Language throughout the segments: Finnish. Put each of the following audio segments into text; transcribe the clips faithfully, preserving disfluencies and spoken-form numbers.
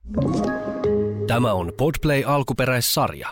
Tämä on Podplay alkuperäissarja.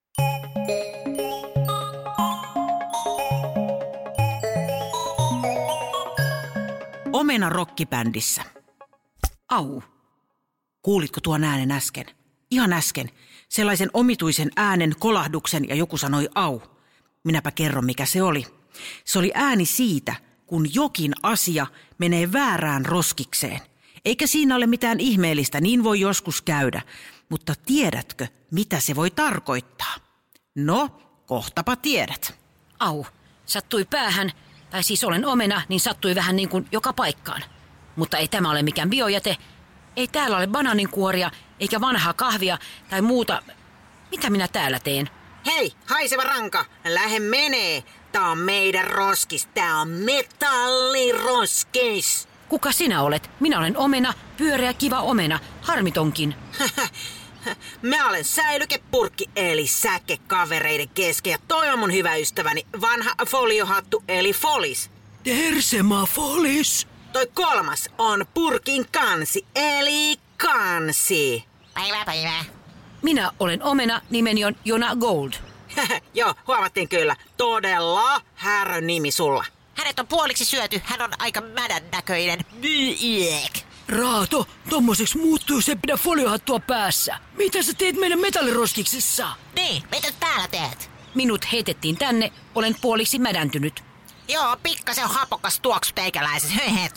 Omena rockibändissä. Au. Kuulitko tuon äänen äsken? Ihan äsken. Sellaisen omituisen äänen, kolahduksen ja joku sanoi au. Minäpä kerron mikä se oli. Se oli ääni siitä, kun jokin asia menee väärään roskikseen. Eikä siinä ole mitään ihmeellistä, niin voi joskus käydä. Mutta tiedätkö, mitä se voi tarkoittaa? No, kohtapa tiedät. Au, sattui päähän, tai siis olen omena, niin sattui vähän niin kuin joka paikkaan. Mutta ei tämä ole mikään biojäte. Ei täällä ole banaaninkuoria, eikä vanhaa kahvia tai muuta. Mitä minä täällä teen? Hei, haiseva ranka, lähde menee. Tää on meidän roskis, tää on metalliroskis. Kuka sinä olet? Minä olen omena, pyöreä kiva omena, harmitonkin. Mä olen säilykepurkki eli säke kavereiden kesken ja toi on mun hyvä ystäväni, vanha foliohattu eli folis. Tersema folis. Toi kolmas on purkin kansi eli kansi. Päivää, päivää. Minä olen omena, nimeni on Jona Gold. Joo, huomattiin kyllä. Todella härön nimi sulla. Hänet on puoliksi syöty, hän on aika mädän näköinen. Raato, tommoseks muuttuu se pidä foliohattua päässä. Mitä sä teet meidän metalliroskiksessa? Niin, mitä täällä teet? Minut heitettiin tänne, olen puoliksi mädäntynyt. Joo, pikkasen hapokas tuoksu teikäläisessä.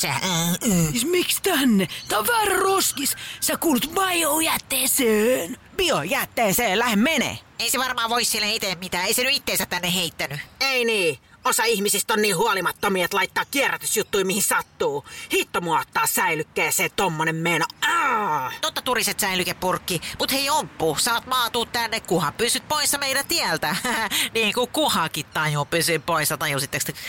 Siis miksi tänne? Tää on väärä roskis. Sä kuulut biojätteeseen. Biojätteeseen, lähde menee. Ei se varmaan voi sille itse mitään, ei se nyt itteensä tänne heittänyt. Ei niin. Osa ihmisistä on niin huolimattomia, että laittaa kierrätysjuttuja mihin sattuu. Hitto mua ottaa säilykkeeseen tommonen meno. Aa! Totta turiset säilykepurkki, mut hei Omppu, saat maatuu tänne, kuhan pysyt poissa meidän tieltä. Niin kuin kuhakin tajuu pysyä poissa, tajusitteko te?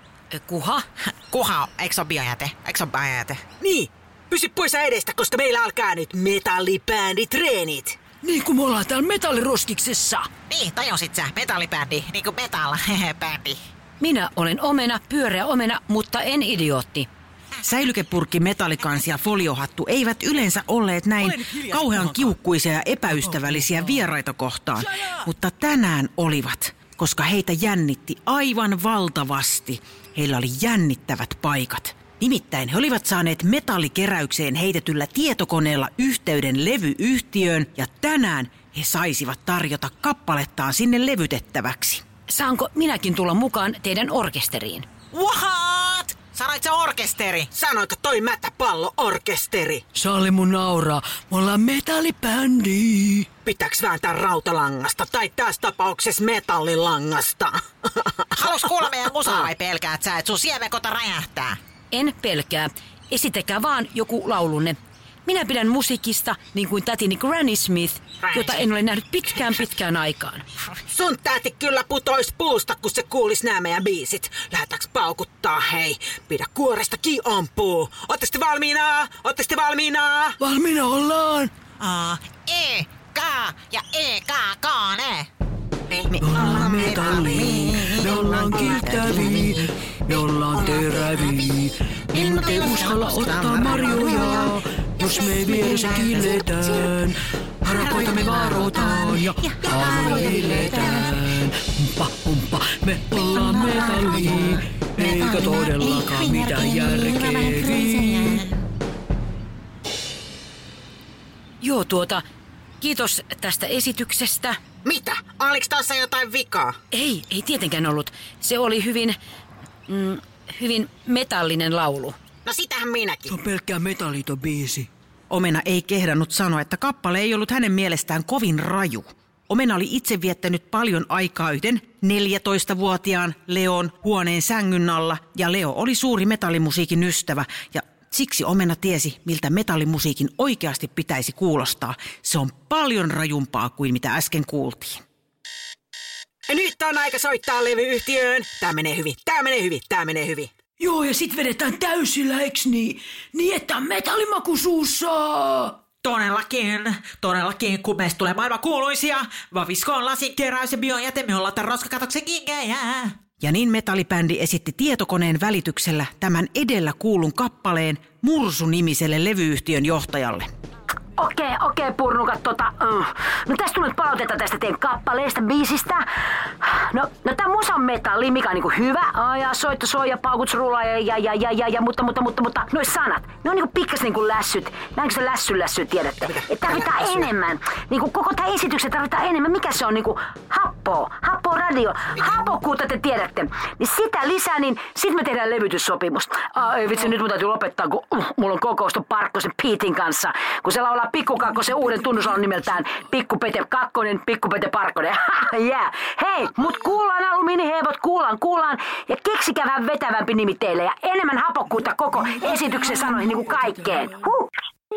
Kuha? Kuha, eikö se ole biojäte? Eikö se ole biojäte? Niin, pysy poissa edestä, koska meillä alkaa nyt metallibänditreenit. Niin kuin me ollaan täällä metalliroskiksessa. Niin, tajusit sä, metallibändi, niin kuin metal-bändi. Minä olen omena, pyöreä omena, mutta en idiootti. Säilykepurkki, metallikansi ja foliohattu eivät yleensä olleet näin kauhean kiukkuisia ja epäystävällisiä vieraita kohtaan. Mutta tänään olivat, koska heitä jännitti aivan valtavasti. Heillä oli jännittävät paikat. Nimittäin he olivat saaneet metallikeräykseen heitetyllä tietokoneella yhteyden levyyhtiöön ja tänään he saisivat tarjota kappalettaan sinne levytettäväksi. Saanko minäkin tulla mukaan teidän orkesteriin? What? Sanoit sä orkesteri? Sanoiko toi mätäpallo-orkesteri? Salli mun nauraa, me ollaan metallibändi. Pitääks vääntää rautalangasta tai tässä tapauksessa metallilangasta? Halus kuulla meidän musaa vai pelkäät sä, että sun siemenkota räjähtää? En pelkää. Esittäkää vaan joku laulunne. Minä pidän musiikista niin kuin tätini Granny Smith, jota en ole nähnyt pitkään pitkään aikaan. Sun täti kyllä putois puusta, kun se kuulis nämä meidän biisit. Lähdetäänkö paukuttaa, hei? Pidä kuorestakin Omppu. Ootteko te valmiina? Ootteko te valmiina? Valmiina ollaan. A, E, K ja E, K, K, ne. Me ollaan metalli, me ollaan kiltäviä, me ollaan teräviä. Emme uskalla ottaa marjoja, jos me vieressä kiilletään. Harakoita me varotaan ja aamulla villetään. Humpa, humpa, me ollaan metalli, eikä todellakaan mitään järkeviä. Joo tuota, kiitos tästä esityksestä. Mitä? Oliko tässä jotain vikaa? Ei, ei tietenkään ollut. Se oli hyvin, mm, hyvin metallinen laulu. No sitähän minäkin. Se on pelkkää metallito biisi. Omena ei kehdannut sanoa, että kappale ei ollut hänen mielestään kovin raju. Omena oli itse viettänyt paljon aikaa yhden neljätoistavuotiaan Leon huoneen sängyn alla, ja Leo oli suuri metallimusiikin ystävä, ja siksi Omena tiesi, miltä metallimusiikin oikeasti pitäisi kuulostaa. Se on paljon rajumpaa kuin mitä äsken kuultiin. Nyt on aika soittaa levyyhtiöön. Tää menee hyvin, tää menee hyvin, tää menee hyvin. Joo, ja sit vedetään täysillä, eiks niin? Niin, että on metallimaku suussa. Todellakin, todellakin, kun meistä tulee maailman kuuluisia. Vaviskoon lasin keräys ja biojäte, me ollaan tämän roskakatoksen kinkejä. Ja niin metallibändi esitti tietokoneen välityksellä tämän edellä kuulun kappaleen Mursu-nimiselle levyyhtiön johtajalle. Okei, okay, okei, okay, purnukat, tota... Uh. No tästä tulee palautetta tästä teidän kappaleesta, biisistä. No, no tää musa on metalli, mikä on niinku hyvä. Ai ja soitto soi ja paukut rullaa ja, ja, ja, ja, ja, ja, mutta, mutta, mutta, mutta, noi sanat, ne on niinku pikkas niinku lässyt. Näinkö se lässy lässy, tiedätte? Että tarvitaan lässy enemmän. Niinku koko tää esityksen tarvitaan enemmän. Mikä se on niinku happoa, happoa radio, hapokkuutta te tiedätte. Niin sitä lisää, niin sit me tehdään levytyssopimus. Ai vitsi, nyt mun täytyy lopettaa, kun uh, mulla on kokousta Parkkosen Piitin kanssa. Kun se laulaa Pikku Kakkosen uuden tunnuslaulun nimeltään Pikku Pete Kakkonen, Pikku Pete Parkkonen. yeah. Hei, mut kuullaan alumiiniheivot, kuullaan, kuullaan. Ja keksikää vähän vetävämpi nimi teille ja enemmän hapokkuutta koko esityksen sanoihin niin kuin kaikkeen. Huh.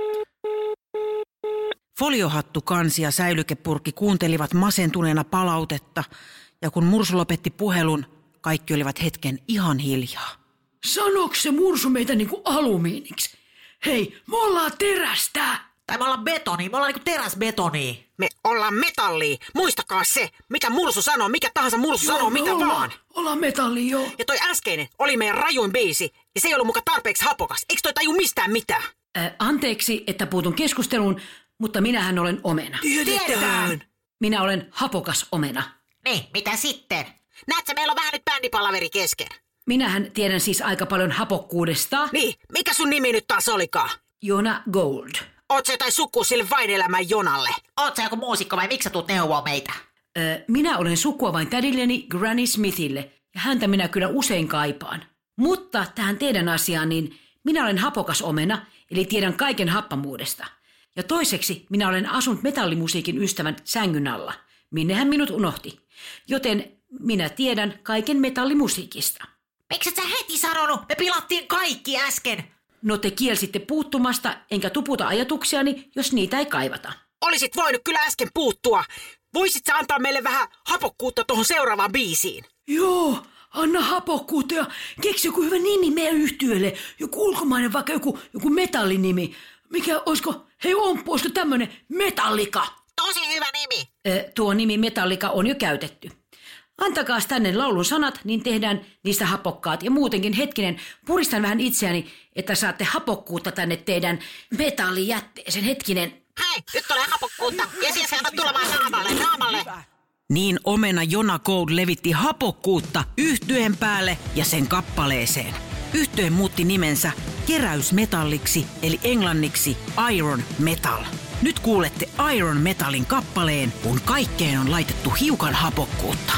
Foliohattu, Kansi ja Säilykepurkki kuuntelivat masentuneena palautetta. Ja kun Mursu lopetti puhelun, kaikki olivat hetken ihan hiljaa. Sanoks se Mursu meitä niinku alumiiniksi? Hei, me ollaan terästä! Tai me ollaan betoni, me ollaan niinku teräsbetoni. Me ollaan metallia. Muistakaa se, mitä Mursu sanoo, mikä tahansa Mursu joo, sanoo, mitä ollaan, vaan. Ollaan metallia, joo. Ja toi äskeinen oli meidän rajuin biisi, ja se ei ollut muka tarpeeksi hapokas. Eikö toi taju mistään mitään? Äh, anteeksi, että puutun keskusteluun, mutta minähän olen omena. Tiedetään! Minä olen hapokas omena. Niin, mitä sitten? Näetkö, meillä on vähän nyt bändipalaveri kesken. Minähän tiedän siis aika paljon hapokkuudesta. Niin, mikä sun nimi nyt taas olikaan? Jona Gold. Oot sä jotain sukua sille Vainelämän Jonalle? Oot sä joku muusikko vai miksi sä tuut neuvoa meitä? Öö, minä olen sukua vain tädilleni Granny Smithille, ja häntä minä kyllä usein kaipaan. Mutta tähän teidän asiaan, niin minä olen hapokas omena, eli tiedän kaiken happamuudesta. Ja toiseksi minä olen asunut metallimusiikin ystävän sängyn alla, minne hän minut unohti. Joten minä tiedän kaiken metallimusiikista. Miksi et sä heti sanonut? Me pilattiin kaikki äsken. No te kielsitte puuttumasta, enkä tuputa ajatuksiani, jos niitä ei kaivata. Olisit voinut kyllä äsken puuttua. Voisit sä antaa meille vähän hapokkuutta tuohon seuraavaan biisiin? Joo, anna hapokkuutta ja keksi joku hyvä nimi meidän yhtyeelle. Joku ulkomainen, vaikka joku, joku metallinimi. Mikä olisiko, hei Omppu, olisiko tämmönen Metallika? Tosi hyvä nimi. Ö, tuo nimi Metallika on jo käytetty. Antakaas tänne laulun sanat, niin tehdään niistä hapokkaat. Ja muutenkin hetkinen, puristan vähän itseäni, että saatte hapokkuutta tänne teidän metallijätteeseen. Hetkinen. Hei, nyt tulee hapokkuutta. Ja siis anna tulemaan naamalle, naamalle. Niin omena Jona Gold levitti hapokkuutta yhtyeen päälle ja sen kappaleeseen. Yhtye muutti nimensä keräysmetalliksi eli englanniksi Iron Metal. Nyt kuulette Iron Metalin kappaleen, kun kaikkeen on laitettu hiukan hapokkuutta.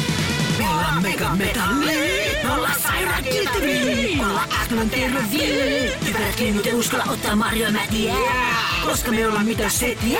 Me ollaan mega metalli, me ollaan sairaan kiltäviä, me ollaan ähkölän terveviä. Typerätkin nyt ei uskalla ottaa marjomätiä, koska me ollaan mitä setiä.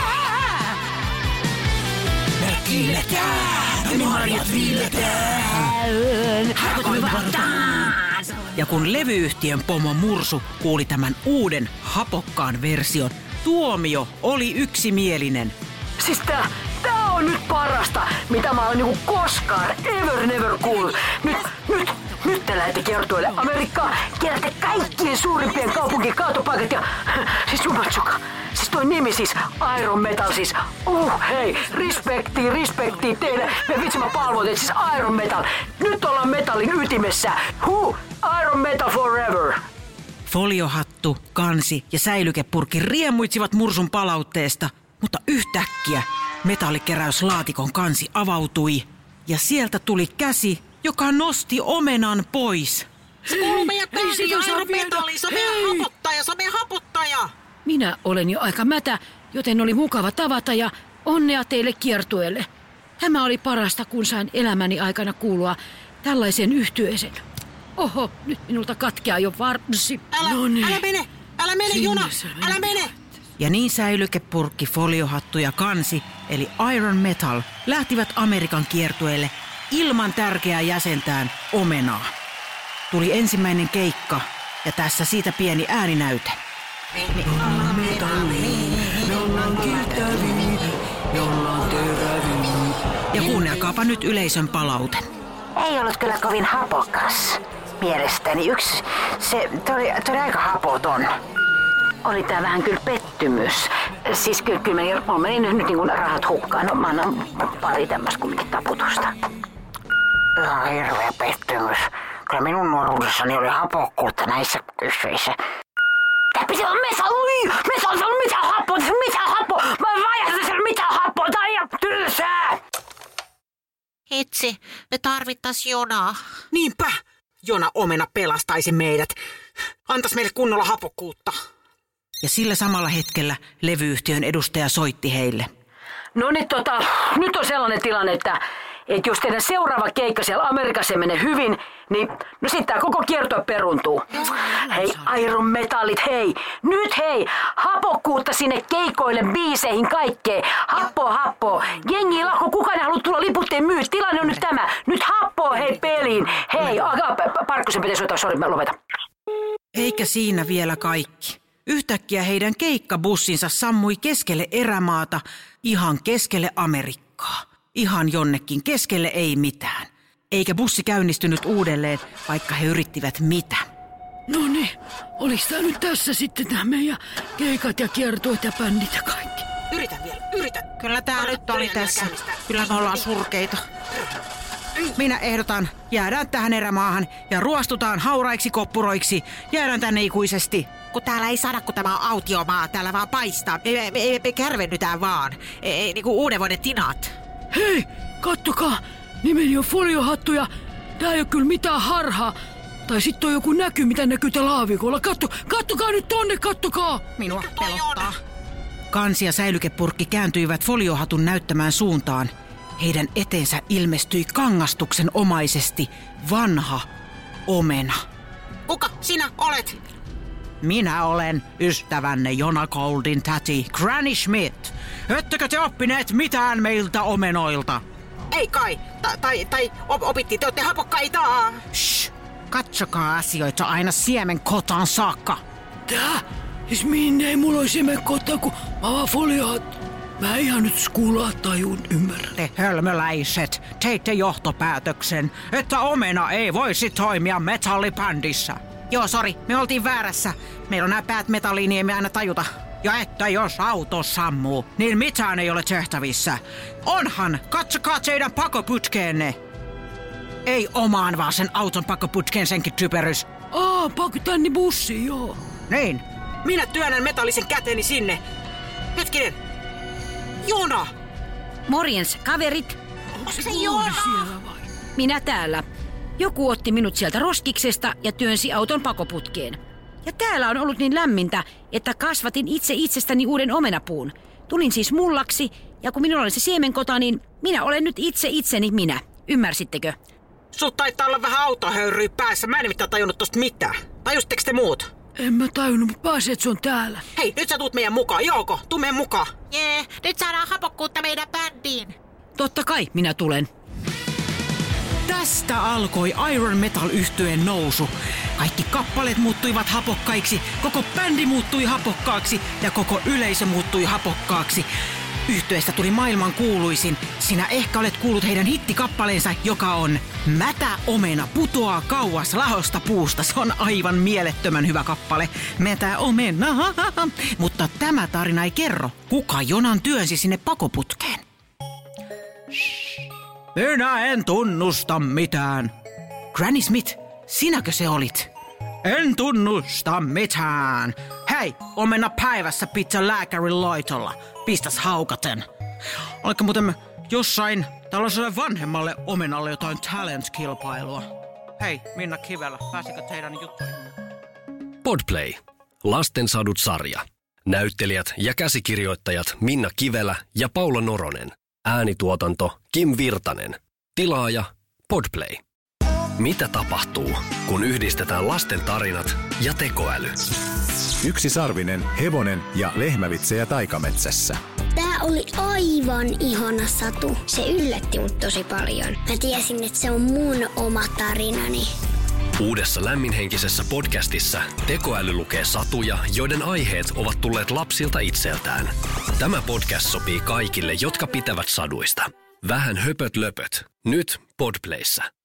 Me kiilletään, me marjat viilletään, harkot me varotaan. Ja kun levyyhtiön pomo Mursu kuuli tämän uuden hapokkaan version, tuomio oli yksimielinen. Siis tää, tää on nyt parasta, mitä mä oon niinku koskaan, ever never kuullut. Nyt, nyt, nyt te lähdette kiertueelle Amerikkaan, kierrätte kaikkien suurimpien kaupunkien kaatopaikat ja... Siis jumatsuka, siis toi nimi siis, Iron Metal siis. Uh, hei, respekti, respekti teille. Me vitsi mä palvoin siis Iron Metal. Nyt ollaan metallin ytimessä. Huh, Iron Metal forever. Foliohattu, Kansi ja Säilykepurkki riemuitsivat Mursun palautteesta, mutta yhtäkkiä metallikeräyslaatikon kansi avautui ja sieltä tuli käsi, joka nosti omenan pois. Se kuuluu meidän bändiin ja Iron Metalliin, se on meidän hapottaja, se on meidän hapottaja. Minä olen jo aika mätä, joten oli mukava tavata ja onnea teille kiertueelle. Tämä oli parasta, kun sain elämäni aikana kuulua tällaiseen yhtyeeseen. Oho, nyt minulta katkeaa jo varsi. Älä, Noniin. älä mene, älä mene Sinne Jona, sä älä mene. Ja niin Säilykepurkki, Foliohattu ja Kansi, eli Iron Metal, lähtivät Amerikan kiertueelle ilman tärkeää jäsentään omenaa. Tuli ensimmäinen keikka ja tässä siitä pieni ääninäyte. Me ollaan metalli, me ollaan kiltäviä, me ollaan teräviä. Ja kuunnelkaapa nyt yleisön palaute. Ei ollut kyllä kovin hapokas. Mielestäni yksi, se toi, toi aika hapoton. Oli tää vähän kyllä pettymys. Siis kyllä, kyllä meni, mulla meni nyt, nyt niin kuin rahat hukkaan. No mä annan pari tämmöistä kumminkin taputusta. Ihan hirveä pettymys. Kyllä minun nuoruudessani oli hapokkuutta näissä kyssyissä. siellä on metsä, ui, metsä on siellä mitään happoa, tässä on mitään happoa. Mä en vajasta siellä mitään happoa, tää on ihan tylsää. Hitsi, me tarvittais Jonaa. Niinpä. Jona Omena pelastaisi meidät. Antas meille kunnolla hapokkuutta. Ja sillä samalla hetkellä levyyhtiön edustaja soitti heille. No niin, tota, nyt on sellainen tilanne, että, että jos teidän seuraava keikka siellä Amerikassa menee hyvin, niin no sitten tämä koko kiertue peruntuu. Hei, Iron Metallit, hei, nyt hei, hapokkuutta sinne keikoille, biiseihin, kaikkeen. Happoa, happoa. Jengi lakko, kukaan ei halua tulla liputteen myy. Tilanne on nyt tämä. Nyt happoa, hei, peliin. Hei, Parkkosen pitäisi soittaa, sori, mä lopetan. Eikä siinä vielä kaikki. Yhtäkkiä heidän keikkabussinsa sammui keskelle erämaata, ihan keskelle Amerikkaa. Ihan jonnekin, keskelle ei mitään. Eikä bussi käynnistynyt uudelleen, vaikka he yrittivät mitä. No niin, oliks tää nyt tässä sitten tää meidän keikat ja kiertueet ja bändit ja kaikki? Yritän vielä, yritän. Kyllä tää Anna, nyt oli yritän tässä. käynnistää. Kyllä me ollaan surkeita. Minä ehdotan, jäädään tähän erämaahan ja ruostutaan hauraiksi koppuroiksi. Jäädään tänne ikuisesti. Kun täällä ei saada, kun tämä on autiomaa, täällä vaan paistaa. Me, me, me, me kärvennytään vaan. Ei, niinku uuden vuoden tinat. Hei, kattokaa, nimeni on foliohattu ja tää ei oo kyllä mitään harhaa. Tai sitten on joku näky, mitä näkyy täällä aavikolla. Katto, kattokaa nyt tonne, kattokaa! Minua pelottaa. Kansi ja säilykepurkki kääntyivät foliohatun näyttämään suuntaan. Heidän eteensä ilmestyi kangastuksen omaisesti vanha Omena. Kuka sinä olet? Minä olen ystävänne Jona Goldin täti Granny Schmidt. Ettekö te oppineet mitään meiltä omenoilta? Ei kai. Ta- tai tai op- opittiin, te olette hapokkaita. Shh! Katsokaa asioita aina siemen kotaan saakka. Tää? Siis minne ei mulla olisi emekkoottaa, kun mä vaan foliohattu. Mä ihan nyt skuulaa tajun ymmärrä. Te hölmöläiset, teitte johtopäätöksen, että Omena ei voisi toimia metallibändissä. Joo, sori, me oltiin väärässä. Meillä on nämä päät metalliin, niin emme aina tajuta. Ja että jos auto sammuu, niin mitään ei ole tehtävissä. Onhan, katsokaa teidän pakoputkeenne. Ei omaan, vaan sen auton pakoputkeen senkin typerys. Aa, pakotänni bussiin, joo. Niin. Minä työnnän metallisen käteni sinne. Hetkinen. Jona! Morjens, kaverit. Onko se Joona siellä vai? Minä täällä. Joku otti minut sieltä roskiksesta ja työnsi auton pakoputkeen. Ja täällä on ollut niin lämmintä, että kasvatin itse itsestäni uuden omenapuun. Tulin siis mullaksi, ja kun minulla oli se siemenkota, niin minä olen nyt itse itseni minä. Ymmärsittekö? Sut taitaa olla vähän autohöyryä päässä. Mä en nimittäin tajunnut tosta mitään. Tajusitteko te muut? En mä tajunnut, mutta pääsin, että se on täällä. Hei, nyt sä tuut meidän mukaan. Jouko, tuu meidän mukaan. Jee, nyt saadaan hapokkuutta meidän bändiin. Totta kai minä tulen. Tästä alkoi Iron Metal-yhtyeen nousu. Kaikki kappaleet muuttuivat hapokkaiksi, koko bändi muuttui hapokkaaksi ja koko yleisö muuttui hapokkaaksi. Yhtyeestä tuli maailman kuuluisin. Sinä ehkä olet kuullut heidän hittikappaleensa, joka on Mätä omena putoaa kauas lahosta puusta. Se on aivan mielettömän hyvä kappale. Mätä omena. Mutta tämä tarina ei kerro, kuka Jonan työnsi sinne pakoputkeen. Minä en tunnusta mitään. Granny Smith, sinäkö se olit? En tunnusta mitään. Hei, omena päivässä pizza lääkärin loitolla. Pistäs haukaten. Oletko muuten jossain tällaiselle vanhemmalle omenalle jotain talent-kilpailua? Hei, Minna Kivelä, pääsikö teidän juttuihin? Podplay. Lastensadut sarja. Näyttelijät ja käsikirjoittajat Minna Kivelä ja Paula Noronen. Äänituotanto Kim Virtanen. Tilaaja Podplay. Mitä tapahtuu, kun yhdistetään lasten tarinat ja tekoäly? Yksisarvinen, hevonen ja lehmävitsejä taikametsässä. Tää oli aivan ihana satu. Se yllätti mut tosi paljon. Mä tiesin, että se on mun oma tarinani. Uudessa lämminhenkisessä podcastissa tekoäly lukee satuja, joiden aiheet ovat tulleet lapsilta itseltään. Tämä podcast sopii kaikille, jotka pitävät saduista. Vähän höpöt löpöt. Nyt Podplayssä.